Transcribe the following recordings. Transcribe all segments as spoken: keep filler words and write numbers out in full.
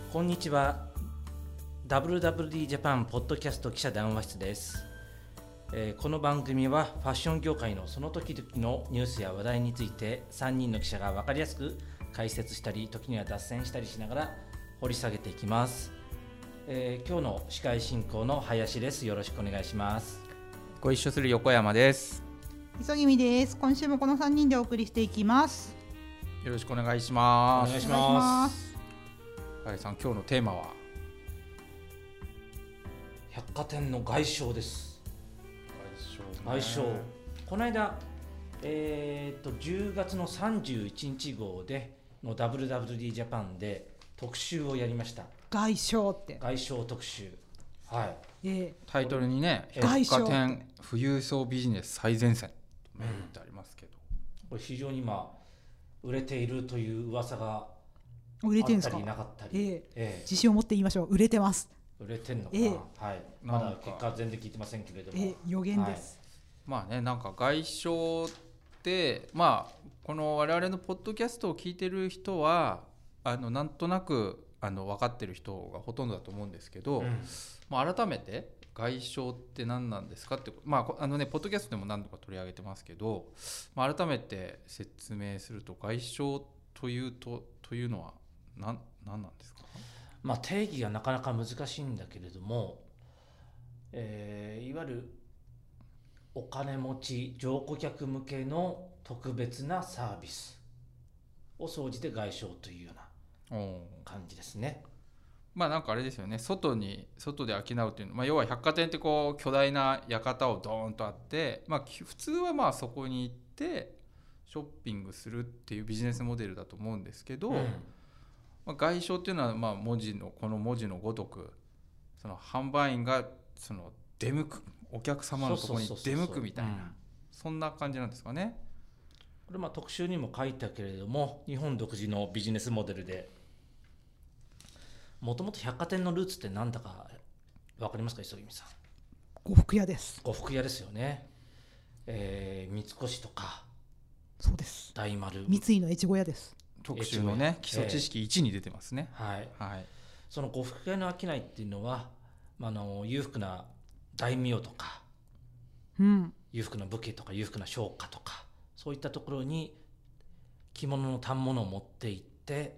こんにちは。 ダブリューダブリューディー ジャパンポッドキャスト記者談話室です、えー、この番組はファッション業界のその時々のニュースや話題についてさんにんの記者が分かりやすく解説したり、時には脱線したりしながら掘り下げていきます、えー、今日の司会進行の林です。よろしくお願いします。 ご一緒する横山です。 磯君です。今週もこのさんにんでお送りしていきます。 よろしくお願いします。 お願いします。 林さん、今日のテーマは百貨店の外商です。 外商、ね、 外商この間、えー、とじゅうがつのさんじゅういちにち号での ダブリューダブリューディー ジャパンで特集をやりました。 外商って外商特集、はい、 えー、 タイトルにね、百貨店富裕層ビジネス最前線と銘打ってありますけど、 うん、これ非常に今売れているという噂が売れてるんですか。 あったりなかったり、 えーえー、 自信を持って言いましょう。売れてます。 売れてんのかな、 えーはい、まだ結果は全然聞いてませんけれども、 えー、予言です、 はい、まあね、なんか外商ってまあこの我々のポッドキャストを聞いてる人はあのなんとなくあの分かってる人がほとんどだと思うんですけど、うん、まあ、改めて外商って何なんですかって、まああのね、ポッドキャストでも何度か取り上げてますけど、まあ、改めて説明すると外商というとというのは何、何なんですか。 まあ、定義がなかなか難しいんだけれども、えー、いわゆるお金持ち上顧客向けの特別なサービスを総じて外商というような感じですね。 まあなんかあれですよね、外に外で商うというの、まあ、要は百貨店ってこう巨大な館をドーンとあって、まあ、普通はまあそこに行ってショッピングするっていうビジネスモデルだと思うんですけど、うん、まあ、外商っていうのはまあ文字のこの文字のごとくその販売員がその出向く、お客様のところに出向くみたいな、そんな感じなんですかね。 これまあ特集にも書いたけれども、日本独自のビジネスモデルで、もともと百貨店のルーツって何だか分かりますか、磯君さん。 呉服屋です。 呉服屋ですよね、えー、三越とか。 そうです。 大丸、 三井の越後屋です。 特集のね、基礎知識いちに出てますね、 えーはいはい、 その呉服屋の商いっていうのは、まあ、あの裕福な大名とか、 うん、 裕福な武家とか裕福な商家とか、そういったところに着物の反物を持って行って、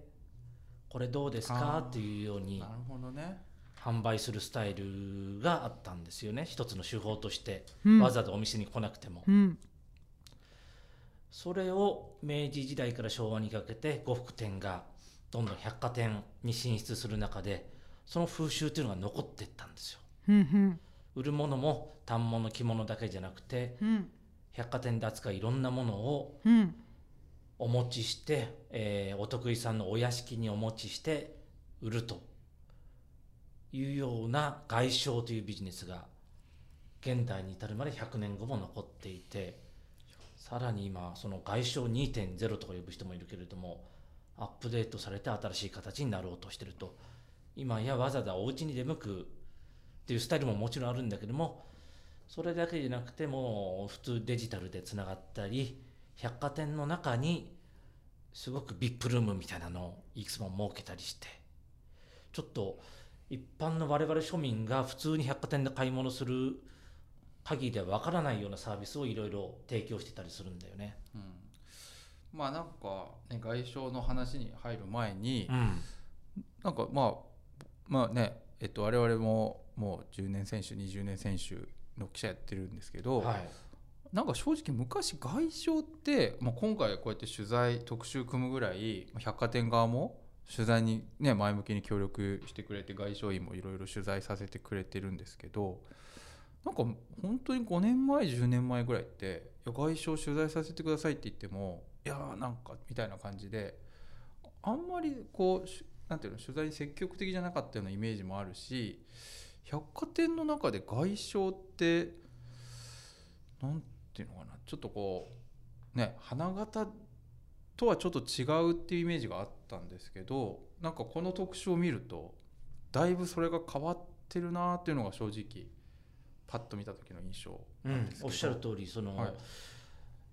これどうですかっていうように販売するスタイルがあったんですよね。一つの手法として、うん、わざわざお店に来なくても、うん、それを明治時代から昭和にかけて呉服店がどんどん百貨店に進出する中で、その風習というのが残っていったんですよ、うんうん、売るものも反物着物だけじゃなくて、うん、百貨店で扱ういろんなものをお持ちして、えー、お得意さんのお屋敷にお持ちして売るというような外商というビジネスが現代に至るまでひゃくねんごも残っていて、さらに今その外商 にてんゼロ とか呼ぶ人もいるけれども、アップデートされて新しい形になろうとしていると。今やわざわざお家に出向くっていうスタイルももちろんあるんだけども、それだけじゃなくても普通デジタルでつながったり、百貨店の中にすごくビップルームみたいなのをいくつも設けたりして、ちょっと一般の我々庶民が普通に百貨店で買い物する限りではわからないようなサービスをいろいろ提供してたりするんだよね、 うん、まあなんか、ね、外商の話に入る前に、うん、なんかまあまあね、えっと、我々ももうじゅうねん選手にじゅうねん選手の記者やってるんですけど、はい、なんか正直昔外商って、まあ、今回こうやって取材特集組むぐらい百貨店側も取材に、ね、前向きに協力してくれて、外商員もいろいろ取材させてくれてるんですけど、なんか本当にごねんまえじゅうねんまえぐらいって、いや外商取材させてくださいって言っても、いやなんかみたいな感じで、あんまりこうなんていうの、取材に積極的じゃなかったようなイメージもあるし、百貨店の中で外商ってなんていうのかな、ちょっとこうね、花形とはちょっと違うっていうイメージがあったんですけど、なんかこの特集を見るとだいぶそれが変わってるなっていうのが正直パッと見た時の印象なんですけど、 うん、おっしゃる通り、その、はい、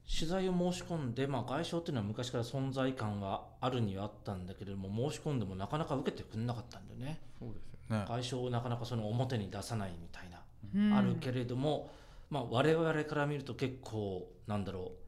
取材を申し込んで、まあ、外商っていうのは昔から存在感があるにはあったんだけれども、申し込んでもなかなか受けてくれなかったんだよね。 そうですよね。 外商をなかなかその表に出さないみたいな、 うん、 あるけれども、まあ、我々から見ると結構なんだろう、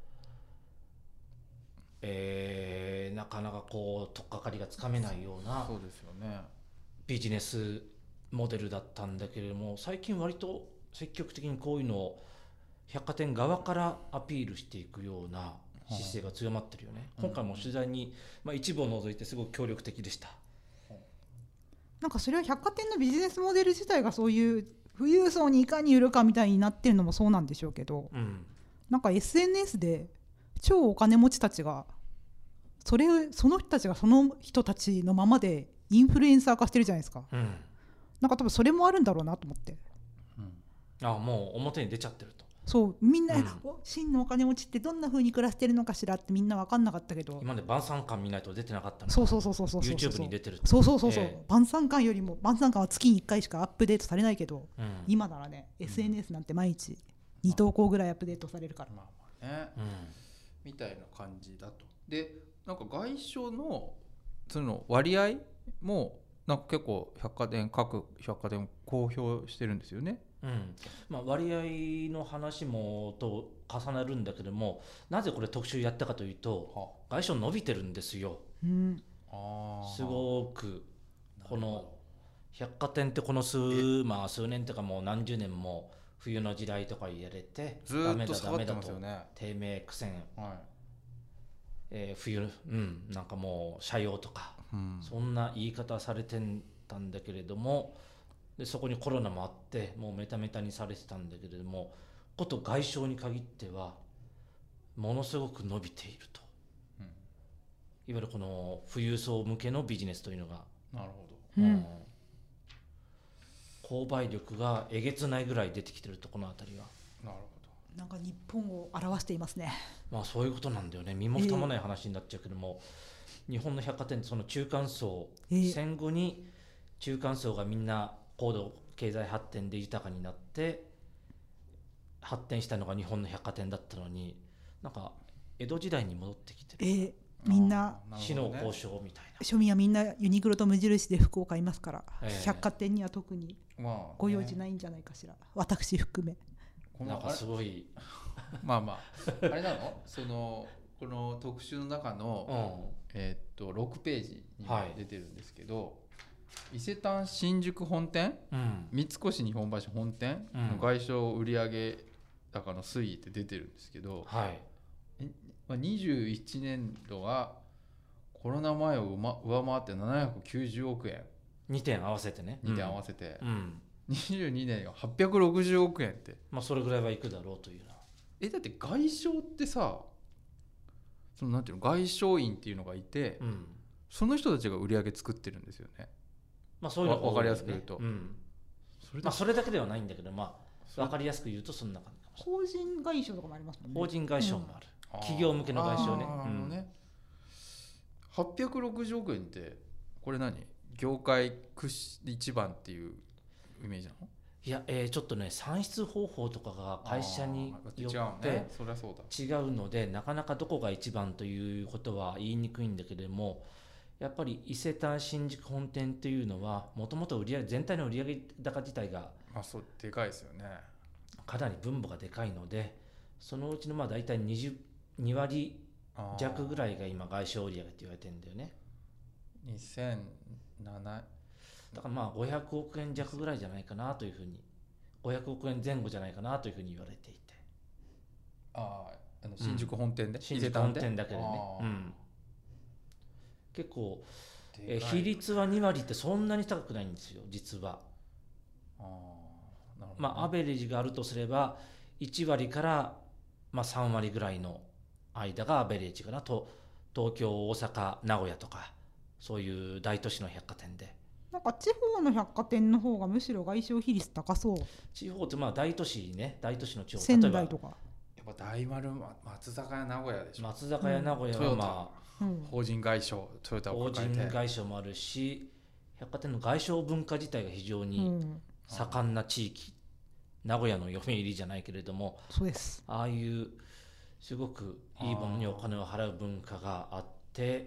えー、なかなかこう取っかかりがつかめないようなそうですよね。 ビジネスモデルだったんだけれども、最近割と積極的にこういうのを百貨店側からアピールしていくような姿勢が強まってるよね、うん、今回も取材に、まあ、一部を除いてすごく協力的でした。 なんかそれは百貨店のビジネスモデル自体がそういう富裕層にいかに売るかみたいになってるのもそうなんでしょうけど、うん、なんか エスエヌエス で超お金持ちたちがそれその人たちがその人たちのままでインフルエンサー化してるじゃないですか、うん、なんか多分それもあるんだろうなと思って、 うん、あもう表に出ちゃってると。 そうみんな、うん、真のお金持ちってどんな風に暮らしてるのかしらってみんな分かんなかったけど、 今まで晩餐館見ないと出てなかったの。 そうそうそうそうそう YouTube に出てると。 そうそうそうそう、えー、晩餐館よりも晩餐館は月にいっかいしかアップデートされないけど、うん、今ならね エスエヌエス なんて毎日に投稿ぐらいアップデートされるから、 まあまあね、うん、みたいな感じだと。でなんか外商のその割合もなんか結構百貨店各百貨店公表してるんですよね。 うんまあ、割合の話もと重なるんだけども、なぜこれ特集やったかというと、外商伸びてるんですよ、うん、あすごく。この百貨店ってこの数、まあ、数年とかもう何十年も冬の時代とか言われてずっと下がってますよね。 ダメだダメだと低迷苦戦、はいえー、冬、うん、なんかもう社用とか、うん、そんな言い方されてたんだけれども、でそこにコロナもあってもうメタメタにされてたんだけれども、こと外商に限ってはものすごく伸びていると、うん、いわゆるこの富裕層向けのビジネスというのが、 なるほど、うん、 購買力がえげつないぐらい出てきてると、この辺りは。 なるほど。なんか日本を表していますね。 まあそういうことなんだよね。身も蓋もない話になっちゃうけども、えー、日本の百貨店ってその中間層、えー、戦後に中間層がみんな高度経済発展で豊かになって発展したのが日本の百貨店だったのに、なんか江戸時代に戻ってきてる、えー、みんな市の交渉みたいな、 庶民はみんなユニクロと無印で服を買いますから、えー、百貨店には特にご用事ないんじゃないかしら、まあね、私含め。 なんかすごいまあまああれなのそのこの特集の中の、うんえー、っとろくページに出てるんですけど、はい伊勢丹新宿本店、うん、三越日本橋本店の外商売上高の推移って出てるんですけど、はい、にじゅういちねんどはコロナ前を上回ってななひゃくきゅうじゅうおくえん、 にてん合わせてね、 にてん合わせて、うん、にじゅうにねんがはっぴゃくろくじゅうおくえんって、 まあ、それぐらいはいくだろうというな。 えだって外商ってさ、そのなんていうの、外商員っていうのがいて、うん、その人たちが売り上げ作ってるんですよね。 まあ、そういうの分かりやすく言うと、 うんそれまあ、それだけではないんだけど、まあ、分かりやすく言うとそんな感じかもしれない。 法人外商とかもありますもんね。 法人外商もある、うん、企業向けの外商ね。 あ、うん、ねはっぴゃくろくじゅうおくえんってこれ何業界屈指一番っていうイメージなの？ いや、えー、ちょっとね算出方法とかが会社によって違うので、なかなかどこが一番ということは言いにくいんだけれども、やっぱり伊勢丹新宿本店というのはもともと売上全体の売上高自体があそうでかいですよね。 かなり分母がでかいので、そのうちのまあ大体にじゅうにわり弱ぐらいが今外商売上って言われてるんだよね。 にせんななだからまあごひゃくおくえん弱ぐらいじゃないかなというふうに、ごひゃくおくえんぜん後じゃないかなというふうに言われていて、 ああの新宿本店で、うん、 新宿本店だけでね、うん、結構え比率はにわりってそんなに高くないんですよ実は。あ、なるほどね。まあアベレージがあるとすればいちわりからまあさんわりぐらいの間がアベレージかなと。東京大阪名古屋とかそういう大都市の百貨店で、 なんか地方の百貨店の方がむしろ外商比率高そう。 地方ってまあ大都市ね、大都市の地方、 仙台とかやっぱ大丸、松坂屋名古屋でしょ。 松坂屋名古屋はまあ、 うん、法人外商トヨタを抱えて法人外商もあるし、百貨店の外商文化自体が非常に盛んな地域、うん、名古屋の嫁入りじゃないけれども、 そうです。 ああいうすごくいいものにお金を払う文化があって、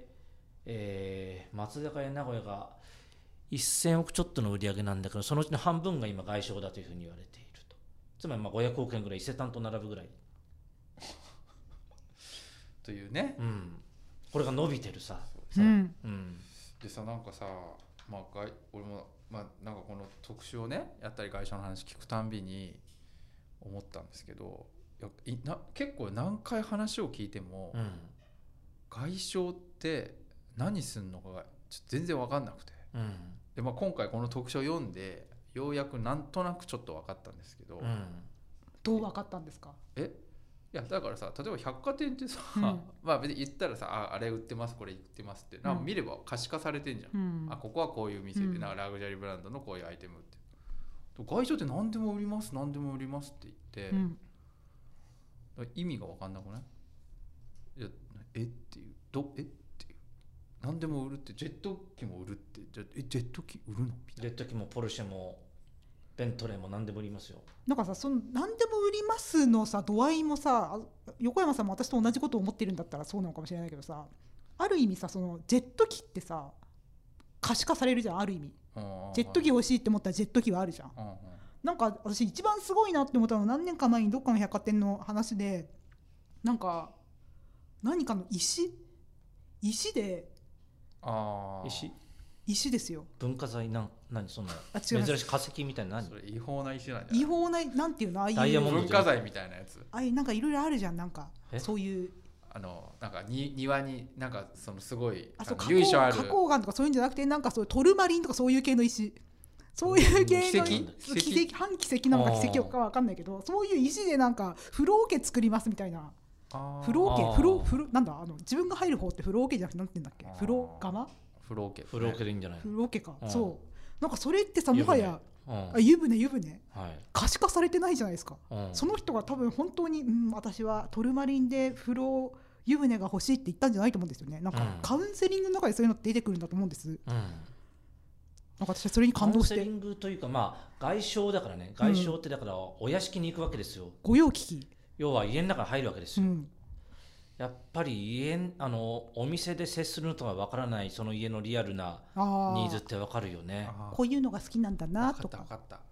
えー、松坂屋名古屋がせんおくちょっとの売り上げなんだけど、そのうちの半分が今外商だというふうに言われていると。つまりまあごひゃくおくえんぐらい伊勢丹と並ぶぐらいというね、 うん、これが伸びてるさ、 うんうん、 でさ、なんかさ、まあ、外俺も、まあ、なんかこの特集をねやったり外商の話聞くたんびに思ったんですけど、いやいな結構何回話を聞いても、うん、外商って何すんのかがちょっと全然分かんなくて、うん、で、まあ、今回この特集を読んでようやくなんとなくちょっと分かったんですけど、うん、 どう分かったんですか？ えいやだからさ、例えば百貨店ってさ、うん、まあ別に言ったらさ あ, あれ売ってますこれ売ってますってなんか見れば可視化されてんじゃん、うん、あここはこういう店で、うん、なんかラグジュアリーブランドのこういうアイテムって外商って何でも売ります何でも売りますって言って、うん、意味が分かんなくない？いやえっていうどえっていう何でも売るってジェット機も売るってじゃえジェット機売るのみたいな。 ジェット機もポルシェもベントレーも何でも売りますよ。 なんかさ、その何でも売りますのさ度合いもさ、横山さんも私と同じことを思ってるんだったらそうなのかもしれないけどさ、ある意味さ、そのジェット機ってさ可視化されるじゃん。ある意味ジェット機欲しいって思ったらジェット機はあるじゃん。なんか私一番すごいなって思ったのは何年か前にどっかの百貨店の話で、なんか何かの石石であ石石ですよ。 文化財なん何そんな珍しい化石みたいな何？ それ違法な石なんじゃない？ 違法ななんていうのああいうダイヤモンド文化財みたいなやつ。 ああいうなんかいろいろあるじゃん。なんかそういうあのなんかに庭になんかそのすごいあそう由緒ある花崗岩とかそういうんじゃなくて、なんかそういうトルマリンとかそういう系の石、そういう系の奇跡奇跡半奇跡なのか奇跡かわかんないけど、そういう石でなんか風呂桶作りますみたいな。風呂桶風呂風呂なんだあの自分が入る方って風呂桶じゃなくてなんて言うんだっけ？風呂釜？ 風呂桶、 風呂桶でいいんじゃない？ 風呂桶か、うん、そうなんかそれってさもはや湯船湯船、はい、可視化されてないじゃないですか、うん、その人が多分本当に、うん、私はトルマリンで風呂湯船が欲しいって言ったんじゃないと思うんですよね。なんかカウンセリングの中でそういうのって出てくるんだと思うんです、うん、なんか私はそれに感動して。 カウンセリングというか、まあ、外商だからね、外商ってだからお屋敷に行くわけですよ、うん、 御用聞き、 要は家の中に入るわけですよ、うん、やっぱり家あのお店で接するのとは分からないその家のリアルなニーズって分かるよね。 こういうのが好きなんだなとか、 分かった分かった。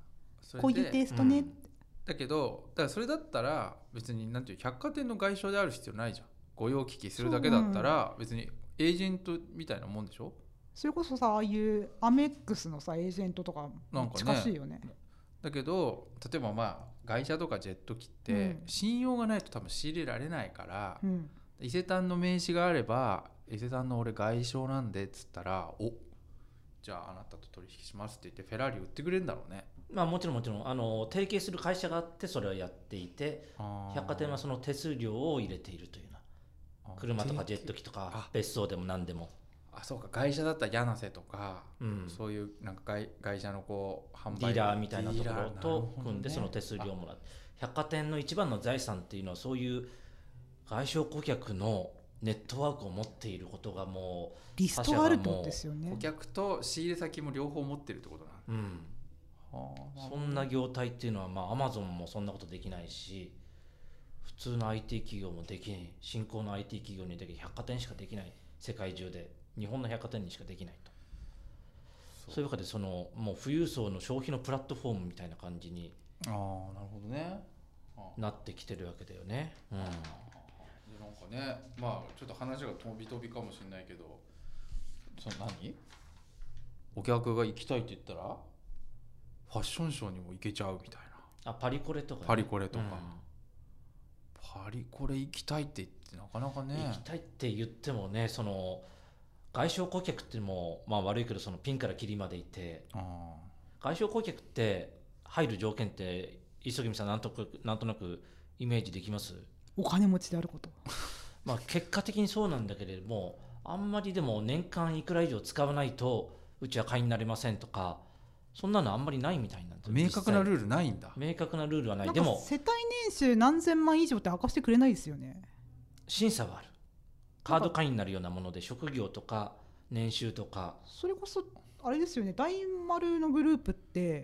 こういうテイストね、うん、 だけどだからそれだったら別になんていう百貨店の外商である必要ないじゃん。御用聞きするだけだったら別にエージェントみたいなもんでしょ。 それこそさああいうアメックスのさエージェントとか近しいよね。 だけど例えばまあ外車とかジェット機って信用がないと多分仕入れられないから、うん、伊勢丹の名刺があれば伊勢丹の俺外商なんでっつったらおじゃああなたと取引しますって言ってフェラーリ売ってくれるんだろうね。 まあ、もちろんもちろんあの提携する会社があってそれをやっていて、百貨店はその手数料を入れているというような、車とかジェット機とか別荘でも何でも。 あそうか外車だったら柳瀬とか、うん、そういうなんか 外, 外車のこう販売ディーラーみたいなところと組んでその手数料をもらう、ね、百貨店の一番の財産っていうのはそういう外商顧客のネットワークを持っていることがもうリストあるってことですよね。 顧客と仕入れ先も両方持ってるってことな、うんはあ、そんな業態っていうのはまあアマゾンもそんなことできないし普通の アイティー 企業もできない、新興の アイティー 企業にでき百貨店しかできない、世界中で日本の百貨店にしかできないと。そういうわけでそのもう富裕層の消費のプラットフォームみたいな感じにあなるほどねなってきてるわけだよね、うん、 なんかねまあちょっと話が飛び飛びかもしれないけどその何お客が行きたいって言ったらファッションショーにも行けちゃうみたいな。 あパリコレとか、ね、 パリコレとか、うん、パリコレ行きたいって言ってなかなかね行きたいって言ってもねその外商顧客ってもまあ悪いけどそのピンからキリまでいてあ外商顧客って入る条件って磯君さんなんとなくなんとなくイメージできます？ お金持ちであることまあ結果的にそうなんだけれどもあんまりでも年間いくら以上使わないとうちは会員になれませんとかそんなのあんまりないみたいなんです。 明確なルールないんだ。 明確なルールはない。 でも世帯年収何千万以上って明かしてくれないですよね。 審査はある。カード会員になるようなもので職業とか年収とかそれこそあれですよね。大丸のグループって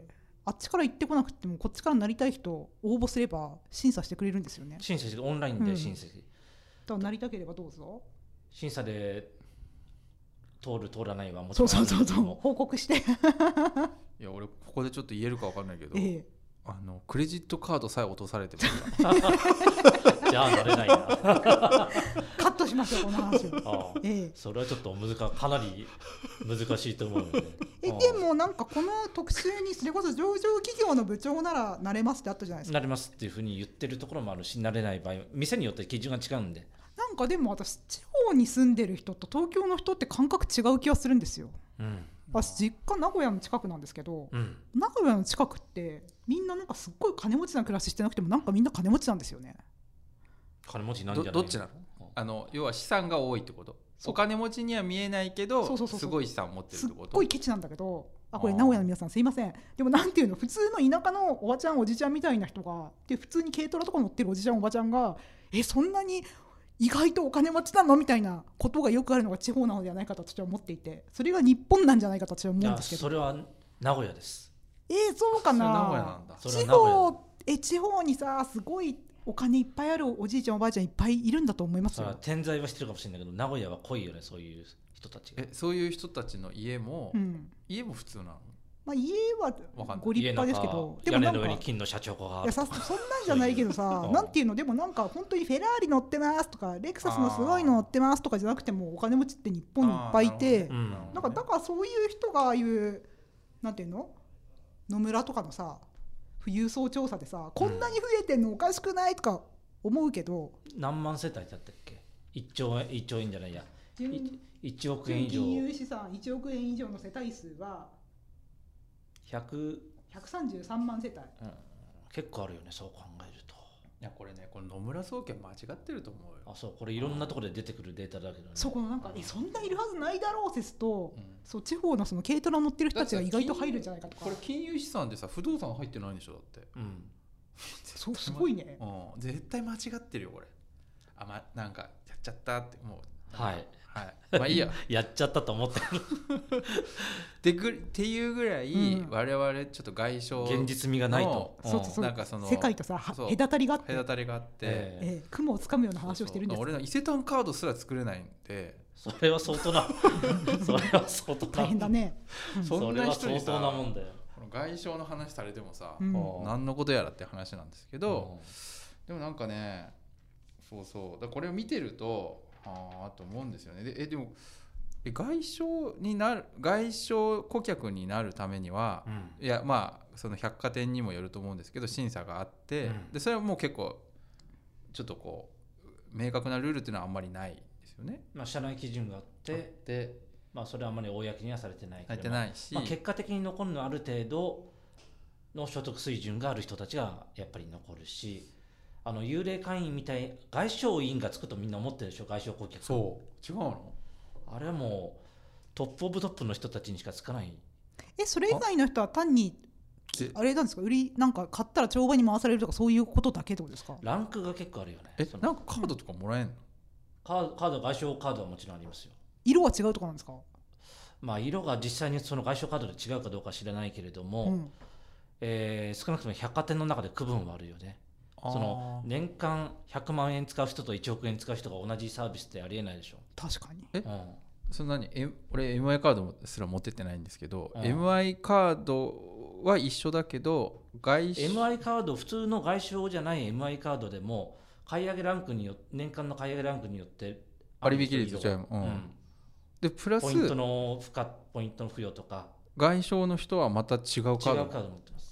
あっちから行ってこなくてもこっちからなりたい人応募すれば審査してくれるんですよね。 審査してオンラインで審査、うん、 だからなりたければどうぞ。 審査で通る通らないはもちろんそうそうそうそう報告していや俺ここでちょっと言えるか分かんないけど、 ええ、 あのクレジットカードさえ落とされてましたじゃあなれないなカットしましょうこの話をああ、ええ、それはちょっと難かなり難しいと思うのでえでもなんかこの特集にそれこそ上場企業の部長ならなれますってあったじゃないですか。 なれますっていうふうに言ってるところもあるし、なれない場合店によって基準が違うんで。 なんかでも私地方に住んでる人と東京の人って感覚違う気がするんですよ、うん、私実家名古屋の近くなんですけど、うん、名古屋の近くってみんななんかすっごい金持ちな暮らししてなくてもなんかみんな金持ちなんですよね。 金持ちなんじゃない？ ど, どっちなの？あの要は資産が多いってこと？お金持ちには見えないけどそうそうそうそうすごい資産持ってるってこと？ すっごいケチなんだけど、あこれ名古屋の皆さんすいません、でもなんていうの、普通の田舎のおばちゃんおじちゃんみたいな人がで普通に軽トラとか乗ってるおじちゃんおばちゃんがえそんなに意外とお金持ちなのみたいなことがよくあるのが地方なのではないかと私は思っていて、それが日本なんじゃないかと私は思うんですけど。 それは名古屋です。 えー、そうかな。 名古屋なんだ。 地方え地方にさすごいお金いっぱいあるおじいちゃんおばあちゃんいっぱいいるんだと思いますよ。 点在はしてるかもしれないけど名古屋は濃いよね、そういう人たちが。 えそういう人たちの家も、うん、家も普通なの？ まあ、家はご立派ですけど、 でもなんか屋根の上に金のシャチホコがあるとか、 いやさそんなんじゃないけどさなんていうの、でもなんか本当にフェラーリ乗ってますとかレクサスのすごいの乗ってますとかじゃなくてもお金持ちって日本にいっぱいいて、なんかだからそういう人がいうなんていうの野村とかのさ富裕層調査でさこんなに増えてんのおかしくないとか思うけど、 うん、何万世帯だったっけ？いっちょうえんいっちょうえんじゃないやいちおくえん以上、 金融資産いちおくえん以上の世帯数はひゃくさんじゅうさんまん世帯、うん、 結構あるよねそう考えると。 いやこれねこの野村総研間違ってると思うよ。 あそうこれいろんなところで出てくるデータだけどね。 そこのなんかえそんないるはずないだろう説と、うん、そう地方のその軽トラ乗ってる人たちが意外と入るんじゃないかとか。 これ金融資産でさ不動産入ってないんでしょだって、うん、 そうすごいね、 うん、絶対間違ってるよこれ。あまなんかやっちゃったってもうはいはい、まあいいややっちゃったと思ってるでぐっていうぐらい、うん、我々ちょっと外商現実味がないと、 そうそうそうなんかその世界とさ隔たりがあって隔たりがあって、 えーえー、雲をつかむような話をしてるんです。 そうそう俺の伊勢丹カードすら作れないんでそれは相当なそれは相当な大変だね、 うん、そんな人にさ相当なもんだよ。 この外商の話されてもさ、うん、何のことやらって話なんですけど、うん、でもなんかねそうそうだこれを見てるとああと思うんですよね。でえでもえ外商になる外商顧客になるためには、うん、いやまあその百貨店にもよると思うんですけど審査があって、うん、でそれはもう結構ちょっとこう明確なルールっていうのはあんまりないですよね。 まあ、社内基準があってで、まあ、それはあんまり公にはされてないけど、 されてないし、 まあ、結果的に残るのはある程度の所得水準がある人たちがやっぱり残るし、あの幽霊会員みたい外商員がつくとみんな思ってるでしょ外商顧客。 そう違うのあれはもうトップオブトップの人たちにしかつかない。 えそれ以外の人は単にあれなんですか売りなんか買ったら帳場に回されるとかそういうことだけってことですか？ ランクが結構あるよね。 えなんかカードとかもらえんの？ カード、カード外商カードはもちろんありますよ。 色は違うとかなんですか？ まあ色が実際にその外商カードで違うかどうか知らないけれども、うん、えー、少なくとも百貨店の中で区分はあるよね。その年間ひゃくまんえん使う人といちおくえん使う人が同じサービスってありえないでしょ。 確かに。 え、うん、その何え俺 エムアイ カードすら持ってってないんですけど、うん、エムアイ カードは一緒だけど外資エムアイ カード普通の外商じゃない エムアイ カードでも買い上げランクによって年間の買い上げランクによって割引率違う、うんうん、でプラスポイントの付加ポイントの付与とか外商の人はまた違うカード違うカード持ってます。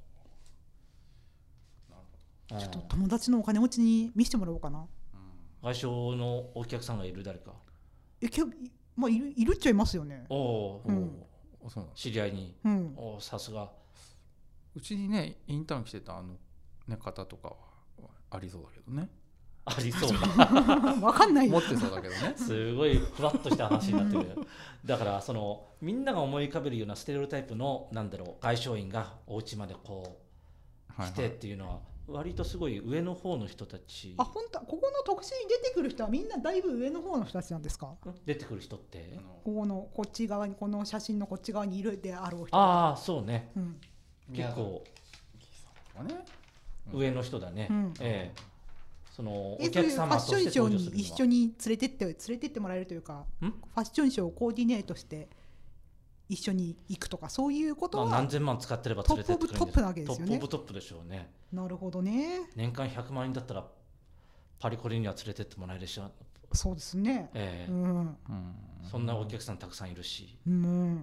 ちょっと友達のお金持ちに見せてもらおうかな、うん、 外商のお客さんがいる誰かえけ、まあ、いる、いるっちゃいますよね。 おお、うん、そう知り合いに、うん、おさすがうちにねインターン来てたあの、ね、方とかはありそうだけどね。 ありそうわかんない持ってそうだけどねすごいふわっとした話になってるだからそのみんなが思い浮かべるようなステレオタイプのなんだろう外商員がお家までこう来てっていうのは割とすごい上の方の人たち。 あ本当ここの特集に出てくる人はみんなだいぶ上の方の人たちなんですか？ 出てくる人ってここのこっち側にこの写真のこっち側にいるであろう人。 ああそうね、 うん、 結構、 ね、 上の人だね、うん、ええ、そのお客様として登場するのはファッションショーに一緒に連れてって連れてってもらえるというか、ファッションショーをコーディネートして一緒に行くとか、そういうことは、 まあ、何千万使ってれば連れてってくれるんです。 トップオブトップなわけですよね。 トップオブトップでしょうね。 なるほどね。 年間ひゃくまんえんだったらパリコレには連れてってもらえるでしょ。 そうですね、 ええ、うん、そんなお客さんたくさんいるし、うん、うん、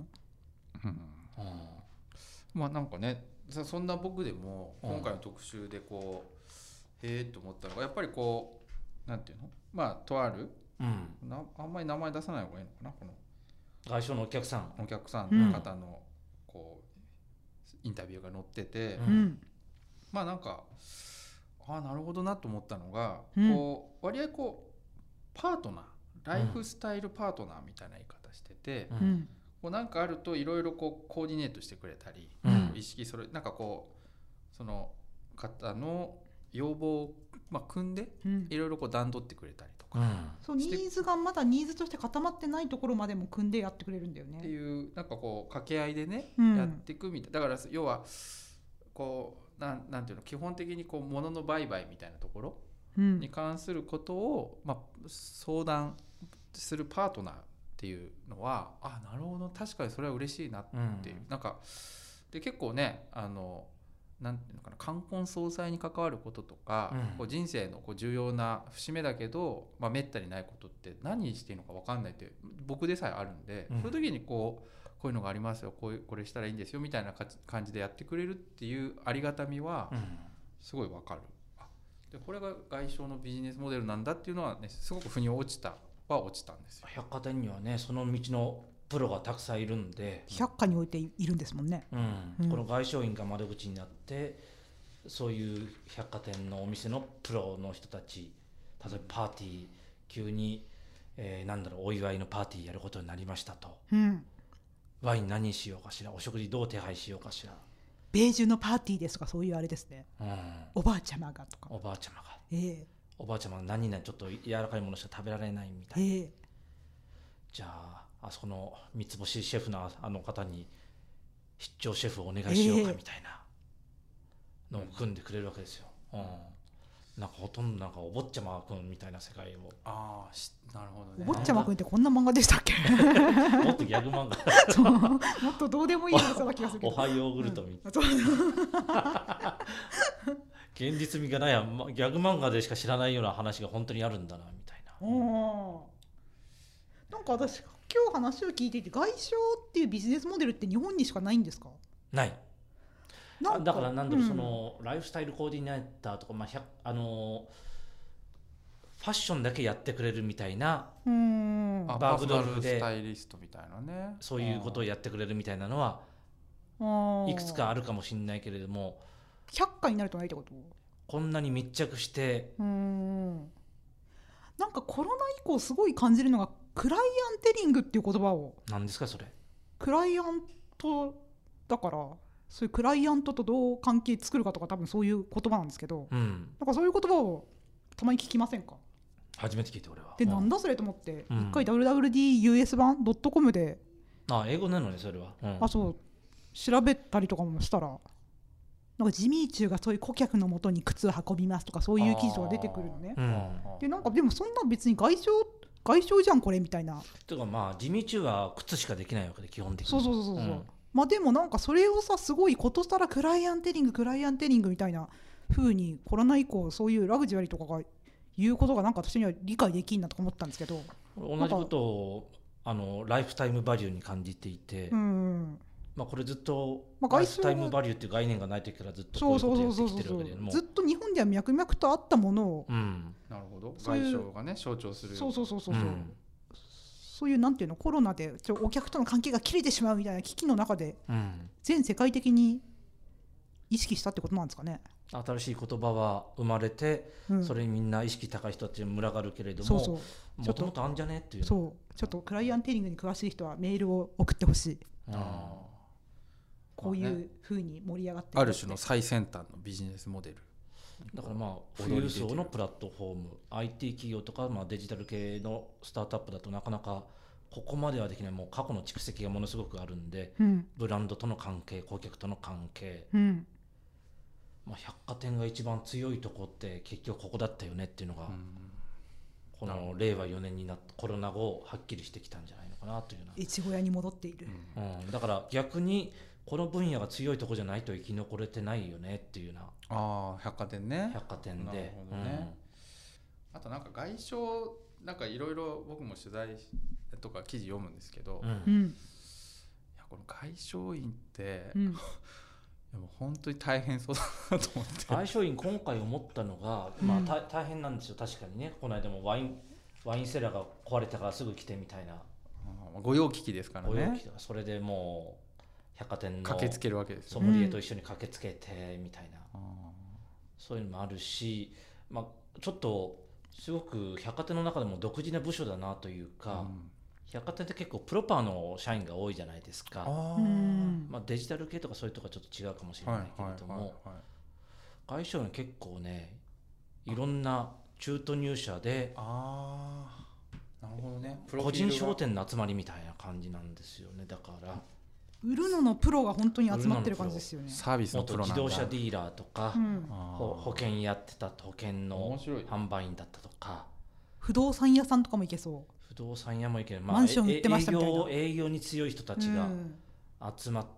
まあなんかね、そんな僕でも今回の特集でこう、うん、へえと思ったのがやっぱりこうなんていうの、まあとある、うん、なあんまり名前出さない方がいいのかな、この外商のお客さんお客さんの方のこう、うん、インタビューが載ってて、うん、まあなんかああなるほどなと思ったのが、うん、こう割合こうパートナー、ライフスタイルパートナーみたいな言い方してて、うん、こうなんかあるといろいろこうコーディネートしてくれたり、うん、意識それなんかこうその方の要望を、まあ、組んでいろいろこう段取ってくれたりとか、うん、 そうニーズがまだニーズとして固まってないところまでも組んでやってくれるんだよねっていうなんかこう掛け合いでね、うん、やっていくみたいだから要はこうなんなんていうの基本的にこう物の売買みたいなところに関することを、まあ、相談するパートナーっていうのはあなるほど確かにそれは嬉しいなっていう、うん、なんかで結構ねあのなんていうのかな冠婚葬祭に関わることとか、うん、こう人生のこう重要な節目だけど、まあ、めったにないことって何していいのか分かんないって僕でさえあるんで、うん、そういう時にこうこういうのがありますよこういうこれしたらいいんですよみたいな感じでやってくれるっていうありがたみはすごい分かる、うん、でこれが外商のビジネスモデルなんだっていうのはねすごく腑に落ちたは落ちたんですよ。 百貨店にはねその道のプロがたくさんいるんで百貨においているんですもんね、 うんうん、この外商員が窓口になってそういう百貨店のお店のプロの人たち例えばパーティー急に、えー、なんだろうお祝いのパーティーやることになりましたと、うん、ワイン何しようかしらお食事どう手配しようかしらベージュのパーティーですとかそういうあれですね、うん、おばあちゃまがとかおばあちゃまが、えー、おばあちゃまが何々ちょっと柔らかいものしか食べられないみたいな、えー、じゃああそこの三つ星シェフのあの方に出張シェフをお願いしようかみたいなのを組んでくれるわけですよ、うんうん、なんかほとんどなんかお坊ちゃまくんみたいな世界をああなるほどねお坊ちゃまくんってこんな漫画でしたっけもっとギャグ漫画そうもっとどうでもいいのそうな気がするけどおはヨーグルトみたいな、うん、現実味がないやギャグ漫画でしか知らないような話が本当にあるんだなみたいな、うん、 なんか私今日話を聞いていて外商っていうビジネスモデルって日本にしかないんですか？ ないなんだからなんだろう、うん、そのライフスタイルコーディネーターとか、まあ、あのファッションだけやってくれるみたいなうんバーグドルフでスタイリストみたいなねそういうことをやってくれるみたいなのはいくつかあるかもしれないけれども百貨になるとないってこと？ こんなに密着してうんなんかコロナ以降すごい感じるのがクライアンテリングっていう言葉を何ですかそれクライアントだからそういうクライアントとどう関係作るかとか多分そういう言葉なんですけど、うん、なんかそういう言葉をたまに聞きませんか？ 初めて聞いて俺はで、うん、なんだそれと思って一、うん、回 ダブリューダブリューディーユーエス 版 .com であ英語なのねそれは、うん、 あそう調べたりとかもしたらなんかジミーチューがそういう顧客のもとに靴を運びますとかそういう記事が出てくるのね、うん、でなんかでもそんな別に外商外商じゃんこれみたいなとかまあジミーチューは靴しかできないわけで基本的にそうそうそうそう、うん、まあでもなんかそれをさすごいことさらクライアンテリングクライアンテリングみたいな風にコロナ以降そういうラグジュアリーとかが言うことがなんか私には理解できんなとか思ったんですけど同じことをあのライフタイムバリューに感じていて、うんまあ、これずっとライフタイムバリューっていう概念がない時からずっとこういうことやってきてるわけでもずっと日本では脈々とあったものを、 うん、なるほど外商がね象徴するそうそうそうそうそう、うんそういうなんていうのコロナでちょお客との関係が切れてしまうみたいな危機の中で、うん、全世界的に意識したってことなんですかね。 新しい言葉は生まれて、うん、それにみんな意識高い人たちに群がるけれどももともとあんじゃねっていうそうちょっとクライアンテリングに詳しい人はメールを送ってほしい、うん、こういう風に盛り上がってる、 ある種の最先端のビジネスモデルだからまあ富裕層のプラットフォーム アイティー 企業とかまあデジタル系のスタートアップだとなかなかここまではできない、もう過去の蓄積がものすごくあるんで、 うん、 ブランドとの関係、顧客との関係、 うん、 まあ、百貨店が一番強いとこって結局ここだったよねっていうのが、うん、このれいわよねんになってコロナ後はっきりしてきたんじゃないのかなというような。 越後屋に戻っている、 うん、だから逆にこの分野が強いとこじゃないと生き残れてないよねっていうような。 あ百貨店ね。 百貨店で、 なるほどね、うん、あとなんか外商なんかいろいろ僕も取材とか記事読むんですけど、うん、いやこの外商員って、うん、でも本当に大変そうだなと思って。 外商員今回思ったのが、まあ、た大変なんですよ確かにね。この間もワインワインセラーが壊れたからすぐ来てみたいな、 あ御用聞きですからね。 御用聞きとかそれでもう百貨店の駆けつけるわけですよ、ソムリエと一緒に駆けつけてみたいな、うん、そういうのもあるし、まあ、ちょっとすごく百貨店の中でも独自な部署だなというか、うん、百貨店って結構プロパーの社員が多いじゃないですか。あ、まあ、デジタル系とかそういうとこはちょっと違うかもしれないけれども、はいはいはいはい、外商員結構ねいろんな中途入社で、 あ、なるほどね、 個人商店の集まりみたいな感じなんですよね。だから売るののプロが本当に集まってる感じですよね。 サービスのプロなんだ。 元自動車ディーラーとか、うん、保険やってた保険の販売員だったとか、 不動産屋さんとかもいけそう。 不動産屋もいける、まあ、 マンション売ってましたみたいな。 営業、営業に強い人たちが集まって、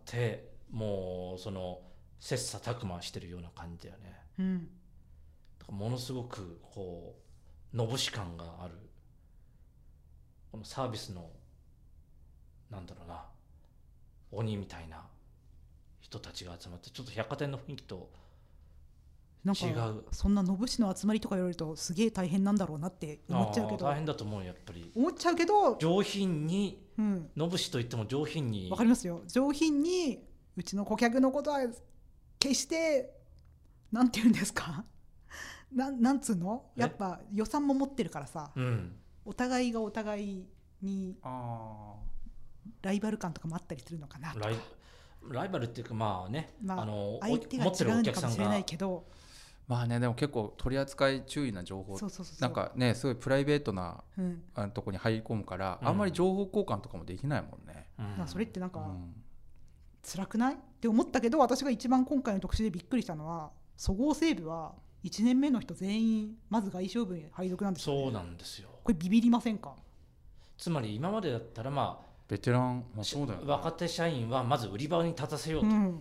うん、もうその切磋琢磨してるような感じだよね、うん、だからものすごくこうのぶし感がある、このサービスのなんだろうな鬼みたいな人たちが集まって、ちょっと百貨店の雰囲気と違う。 なんかそんなのぶしの集まりとか言われるとすげえ大変なんだろうなって思っちゃうけど。 大変だと思うよやっぱり。 思っちゃうけど上品に、うん、のぶしといっても上品に。 わかりますよ。上品にうちの顧客のことは決してなんて言うんですかな, なんつうのやっぱ予算も持ってるからさ、うん、お互いがお互いにあライバル感とかもあったりするのかなとか。 ライライバルっていうかまあね、 まあ、あの相手が違うのかもしれないけど、 まあね、でも結構取り扱い注意な情報、そうそうそうそう、なんかねすごいプライベートな、うん、あのとこに入り込むから、うん、あんまり情報交換とかもできないもんね、 うん、それってなんか、うん、辛くないって思ったけど、私が一番今回の特集でびっくりしたのはそごう・西武はいちねんめの人全員まず外商部に配属なんですよね。 そうなんですよ。 これビビりませんか？ つまり今までだったらまあベテラン、まあそうだよね、 若手社員はまず売り場に立たせようと、うんうん、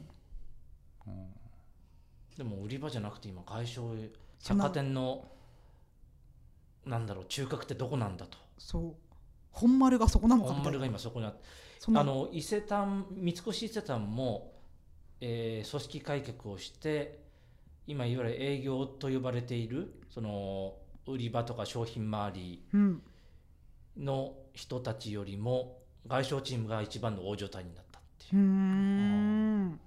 でも売り場じゃなくて今外商百貨店のなんだろう中核ってどこなんだと。 そう本丸がそこなのかみたいな。 本丸が今そこにあって、あの伊勢丹三越伊勢丹も、えー、組織改革をして今いわゆる営業と呼ばれているその売り場とか商品周りの人たちよりも外商チームが一番の大所帯になったっていう。うーん、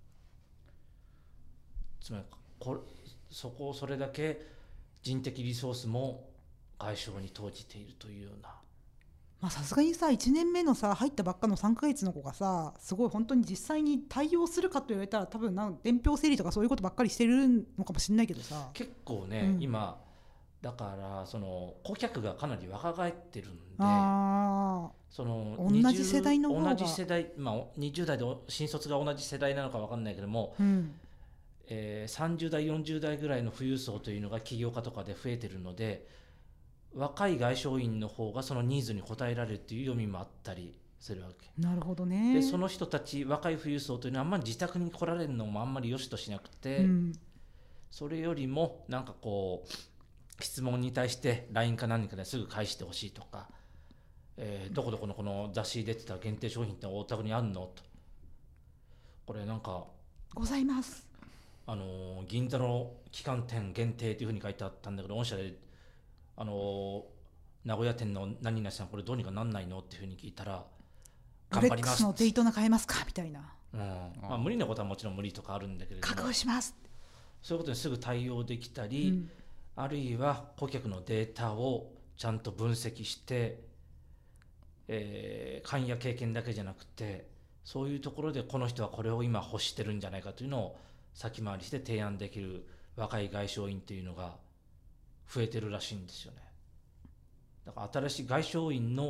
つまりこれそこをそれだけ人的リソースも外商に投じているというような。 まあさすがにさいちねんめのさ入ったばっかのさんかげつの子がさすごい本当に実際に対応するかと言われたら多分なん伝票整理とかそういうことばっかりしてるのかもしれないけどさ、 結構ね、うん、今だからその顧客がかなり若返ってるんで、あその同じ世代の方が同じ世代、まあ、にじゅう代で新卒が同じ世代なのか分かんないけども、うんえー、さんじゅう代よんじゅう代ぐらいの富裕層というのが起業家とかで増えてるので、若い外商員の方がそのニーズに応えられるという読みもあったりするわけ。 なるほどね。 でその人たち若い富裕層というのはあんまり自宅に来られるのもあんまり良しとしなくて、うん、それよりもなんかこう質問に対して ライン か何かですぐ返してほしいとか、えー、どこどこのこの雑誌に出てた限定商品ってお宅にあるのと、これなんかございます、 あの銀座の旗艦店限定というふうに書いてあったんだけど、御社であの名古屋店の何々さんこれどうにかなんないのっていうふうに聞いたら、 頑張ります、ロレックスのデイトナ買えますかみたいな、 うんまあ、無理なことはもちろん無理とかあるんだけれども、 確保します、 そういうことにすぐ対応できたり、うん、あるいは顧客のデータをちゃんと分析して、えー、勘や経験だけじゃなくてそういうところでこの人はこれを今欲してるんじゃないかというのを先回りして提案できる若い外商員というのが増えてるらしいんですよね。だから新しい外商員の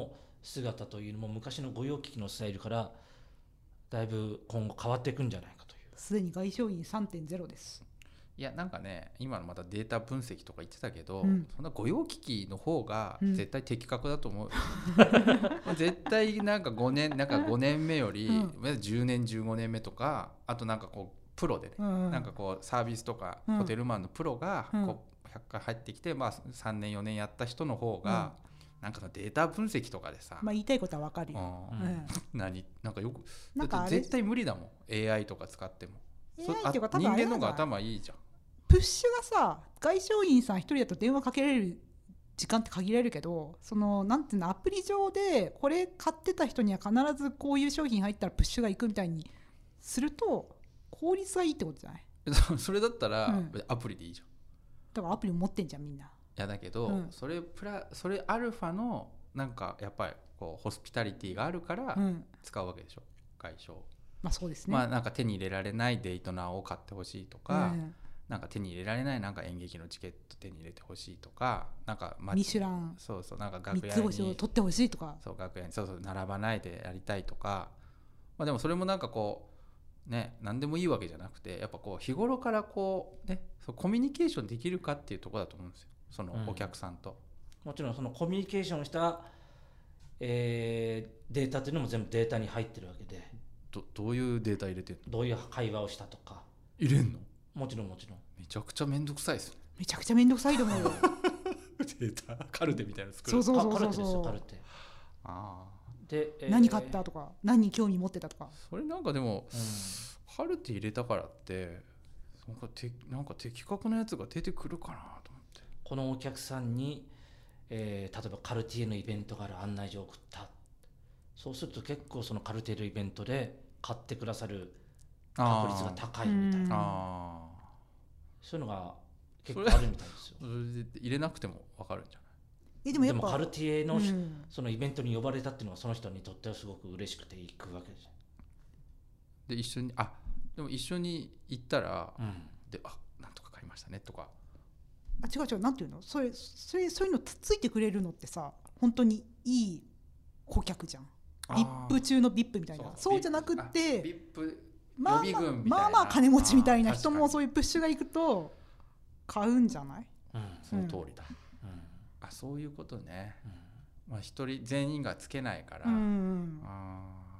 姿というのも昔の御用聞きのスタイルからだいぶ今後変わっていくんじゃないかという。 すでに外商員 さんてんゼロ です。 いやなんかね今のまたデータ分析とか言ってたけど、うん、そんな御用聞きの方が絶対的確だと思う、うん、絶対なんかごねんなんかごねんめより、うん、じゅうねんじゅうごねんめとかあとなんかこうプロでね、うん、なんかこうサービスとかホテルマンのプロがこうひゃっかい入ってきて、まあ、さんねんよねんやった人の方が、うん、なんかデータ分析とかでさ、 まあ、言いたいことは分かるよ、 うんうん、何なんかよくだって絶対無理だもん エーアイ とか使っても。 エーアイ っていうか多分人間の方が頭いいじゃん。 プッシュがさ外商員さん一人だと電話かけられる時間って限られるけど、そのなんていうのアプリ上でこれ買ってた人には必ずこういう商品入ったらプッシュが行くみたいにすると効率がいいってことじゃない？ それだったら、うん、アプリでいいじゃん。 だからアプリ持ってんじゃんみんな。いやだけど、うん、それプラそれアルファのなんかやっぱりこうホスピタリティがあるから使うわけでしょ、うん、外商。 まあそうですね。 まあなんか手に入れられないデイトナーを買ってほしいとか、うん、なんか手に入れられないなんか演劇のチケット手に入れてほしいとか、なんかミシュランそうそうなんか楽屋にみっつ星を取ってほしいとか、 そう楽屋にそうそう並ばないでやりたいとか、まあでもそれもなんかこうね何でもいいわけじゃなくて、やっぱこう日頃からこうねそうコミュニケーションできるかっていうところだと思うんですよ、そのお客さんと、 うん、もちろんそのコミュニケーションした、えー、データっていうのも全部データに入ってるわけで、 ど, どういうデータ入れてるの？ どういう会話をしたとか入れんの？ もちろんもちろん。 めちゃくちゃめんどくさいですね。 めちゃくちゃめんどくさいと思うよデータカルテみたいなの作る。そうそうそうそうカルテですよカルテ。 あで、えー、何買ったとか何に興味持ってたとか。 それなんかでも、うん、カルテ入れたからってなんかてなんか的確なやつが出てくるかなと思って。 このお客さんに、えー、例えばカルティエのイベントがある案内状を送った。そうすると結構そのカルティエのイベントで買ってくださる確率が高いみたいな。あそういうのが結構あるみたいですよ。 それで入れなくても分かるんじゃない？ えでもやっぱでもカルティエ の,、うん、そのイベントに呼ばれたっていうのはその人にとってはすごく嬉しくて行くわけですよ。 で一緒にあでも一緒に行ったら、うん、であなんとか買いましたねとか。 あ違う違うなんていうのそれそれそういうのついてくれるのってさ本当にいい顧客じゃん。ビップ中の ビップ みたいな。そう、そうじゃなくってビップまあまあ、まあまあ金持ちみたいな人もそういうプッシュがいくと買うんじゃない？ うん、その通りだ、うん、あそういうことね、うんまあ、一人全員がつけないから、うんあ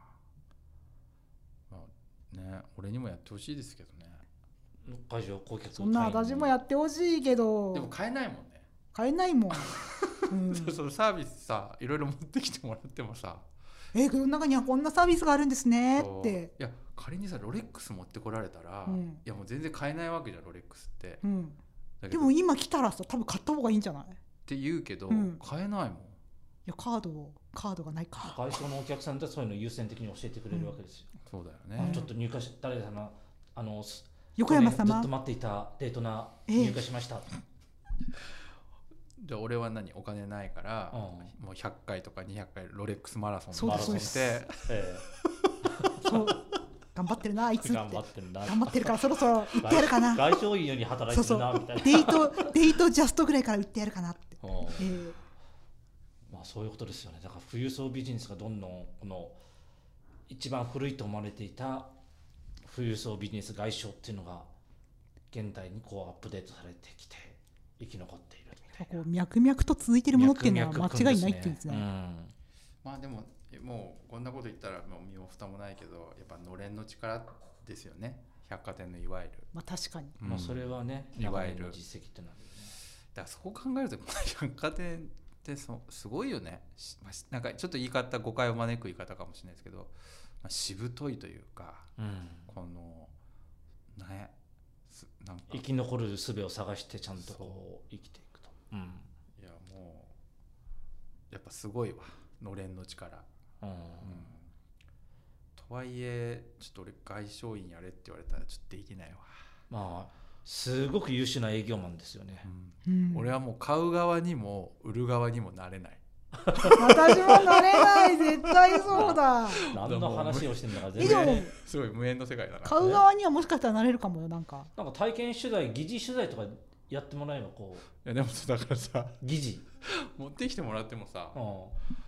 まあね、俺にもやってほしいですけどね。 そんな私もやってほしいけどでも買えないもんね。 買えないもん、 うん、そうそうサービスさいろいろ持ってきてもらってもさえ世の中にはこんなサービスがあるんですねって。 いや仮にさロレックス持ってこられたら、うん、いやもう全然買えないわけじゃんロレックスって、うん、 でも今来たらさ多分買った方がいいんじゃないって言うけど、うん、買えないもん。いやカードカードがないか。 外商のお客さんってそういうのを優先的に教えてくれるわけですよ、 うん、そうだよね。 ちょっと入荷し誰様あの横山様ずっと待っていたデートナ入荷しました、ええ、じゃあ俺は何お金ないから、うん、もうひゃっかいとかにひゃっかいロレックスマラソンマラソンして、ええ、 そう頑張ってるなあいつって頑張ってるな頑張ってるからそろそろ売ってやるかな外商員より働いてるなみたいなデートデートジャストぐらいから売ってやるかなって、えーまあ、そういうことですよね。だから富裕層ビジネスがどんどんこの一番古いと思われていた富裕層ビジネス外商っていうのが現代にこうアップデートされてきて生き残っているみたいな。 こう脈々と続いているものっていうのは間違いないっていうんですね。うん、 まあでももうこんなこと言ったらもう身も蓋もないけどやっぱのれんの力ですよね百貨店のいわゆる。 まあ確かに、 うん、まあそれはねいわゆる実績ってなるよね。 だからそう考えると百貨店ってそすごいよね。なんかちょっと言い方誤解を招く言い方かもしれないですけど、まあ、しぶといというか、うん、このねなんか生き残る術を探してちゃんとこう生きていくと、うん、 いやもうやっぱすごいわのれんの力、うんうん、とはいえちょっと俺外商員やれって言われたらちょっとできないわ。 まあすごく優秀な営業マンですよね、 うんうん、俺はもう買う側にも売る側にもなれない。 私もなれない絶対そうだ。 何の話をしてんだか全然すごい無縁の世界だな。 買う側にはもしかしたらなれるかもよ。なんかなんか体験取材疑似取材とかやってもらえばこう。 いやでもだからさ疑似持ってきてもらってもさ、うん、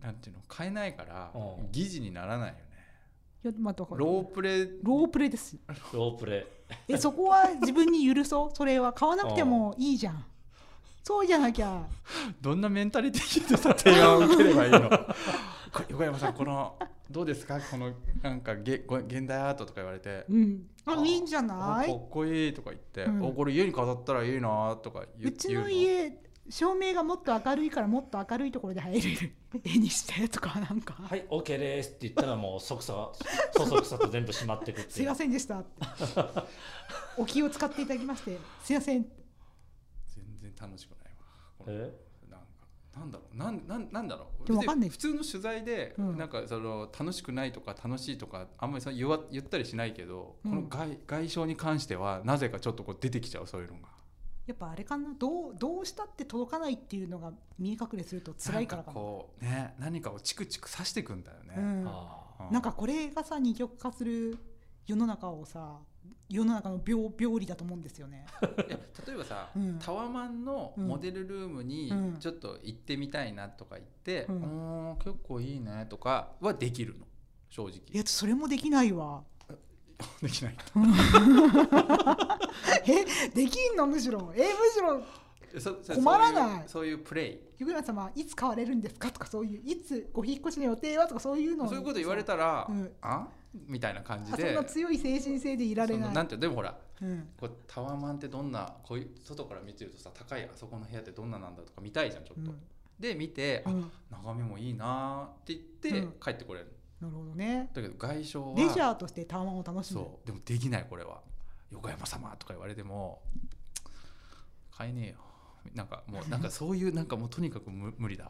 なんていうの買えないから疑似にならないよね。 いや、まあ、だからロープレロープレですロープレえそこは自分に許そう。それは買わなくてもいいじゃん。そうじゃなきゃどんなメンタリティでさ提案を受ければいいのこれ横山さんこのどうですかこのなんかゲ現代アートとか言われて、 うん、あいいんじゃない、 かっこいいとか言って、 うん、 おこれ家に飾ったらいいなとか言う。 うちの家照明がもっと明るいからもっと明るいところで入れる絵にしてとかなんかはい OK ですって言ったらもうそくさそそくさと全部閉まってくってすいませんでしたお気を使っていただきましてすいません。 全然楽しくないわ。 えなんかなんだろうなんなんなんだろう。 でも分かんない。 普通の取材で、うん、なんかその楽しくないとか楽しいとかあんまりその 言, わ言ったりしないけど、うん、この 外, 外傷に関してはなぜかちょっとこう出てきちゃうそういうのが。 やっぱあれかな、どう、どうしたって届かないっていうのが見え隠れすると辛いからかな。 なんかこうね、何かをチクチク刺してくんだよね、 うんあなんかこれがさ二極化する世の中をさ世の中の 病, 病理だと思うんですよねいや例えばさ、 うん、 タワマンのモデルルームにちょっと行ってみたいなとか言って、うん、お結構いいねとかはできるの正直。 いやそれもできないわできないえできんのむしろえむしろ困らない。 そういうプレイ横山様いつ買われるんですかとかそういういつご引っ越しの予定はとかそういうのそういうこと言われたら、うん、あみたいな感じでそんな強い精神性でいられない。 なんてでもほら、 うん、 こうタワマンってどんなこういう外から見てるとさ高いあそこの部屋ってどんななんだとか見たいじゃんちょっと、うん、で見て、うん、あ眺めもいいなって言って、うん、帰ってこれる。 なるほどね。 だけど外傷はレジャーとしてタワマンを楽しむ。 そうでもできないこれは。横山様とか言われても買えねえよ。なんかもうなんかそういうなんかもうとにかく無理だわ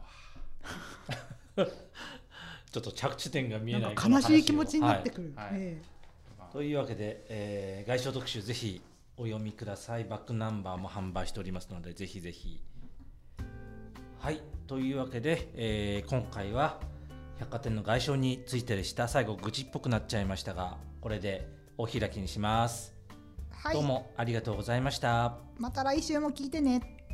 ちょっと着地点が見えない悲しい気持ちになってくる、はいはいえー、というわけで、えー、外傷特集ぜひお読みください。バックナンバーも販売しておりますのでぜひぜひ。はいというわけで、えー、今回は百貨店の外傷についてでした。最後愚痴っぽくなっちゃいましたがこれでお開きにします、はい、どうもありがとうございました。 また来週も聞いてね。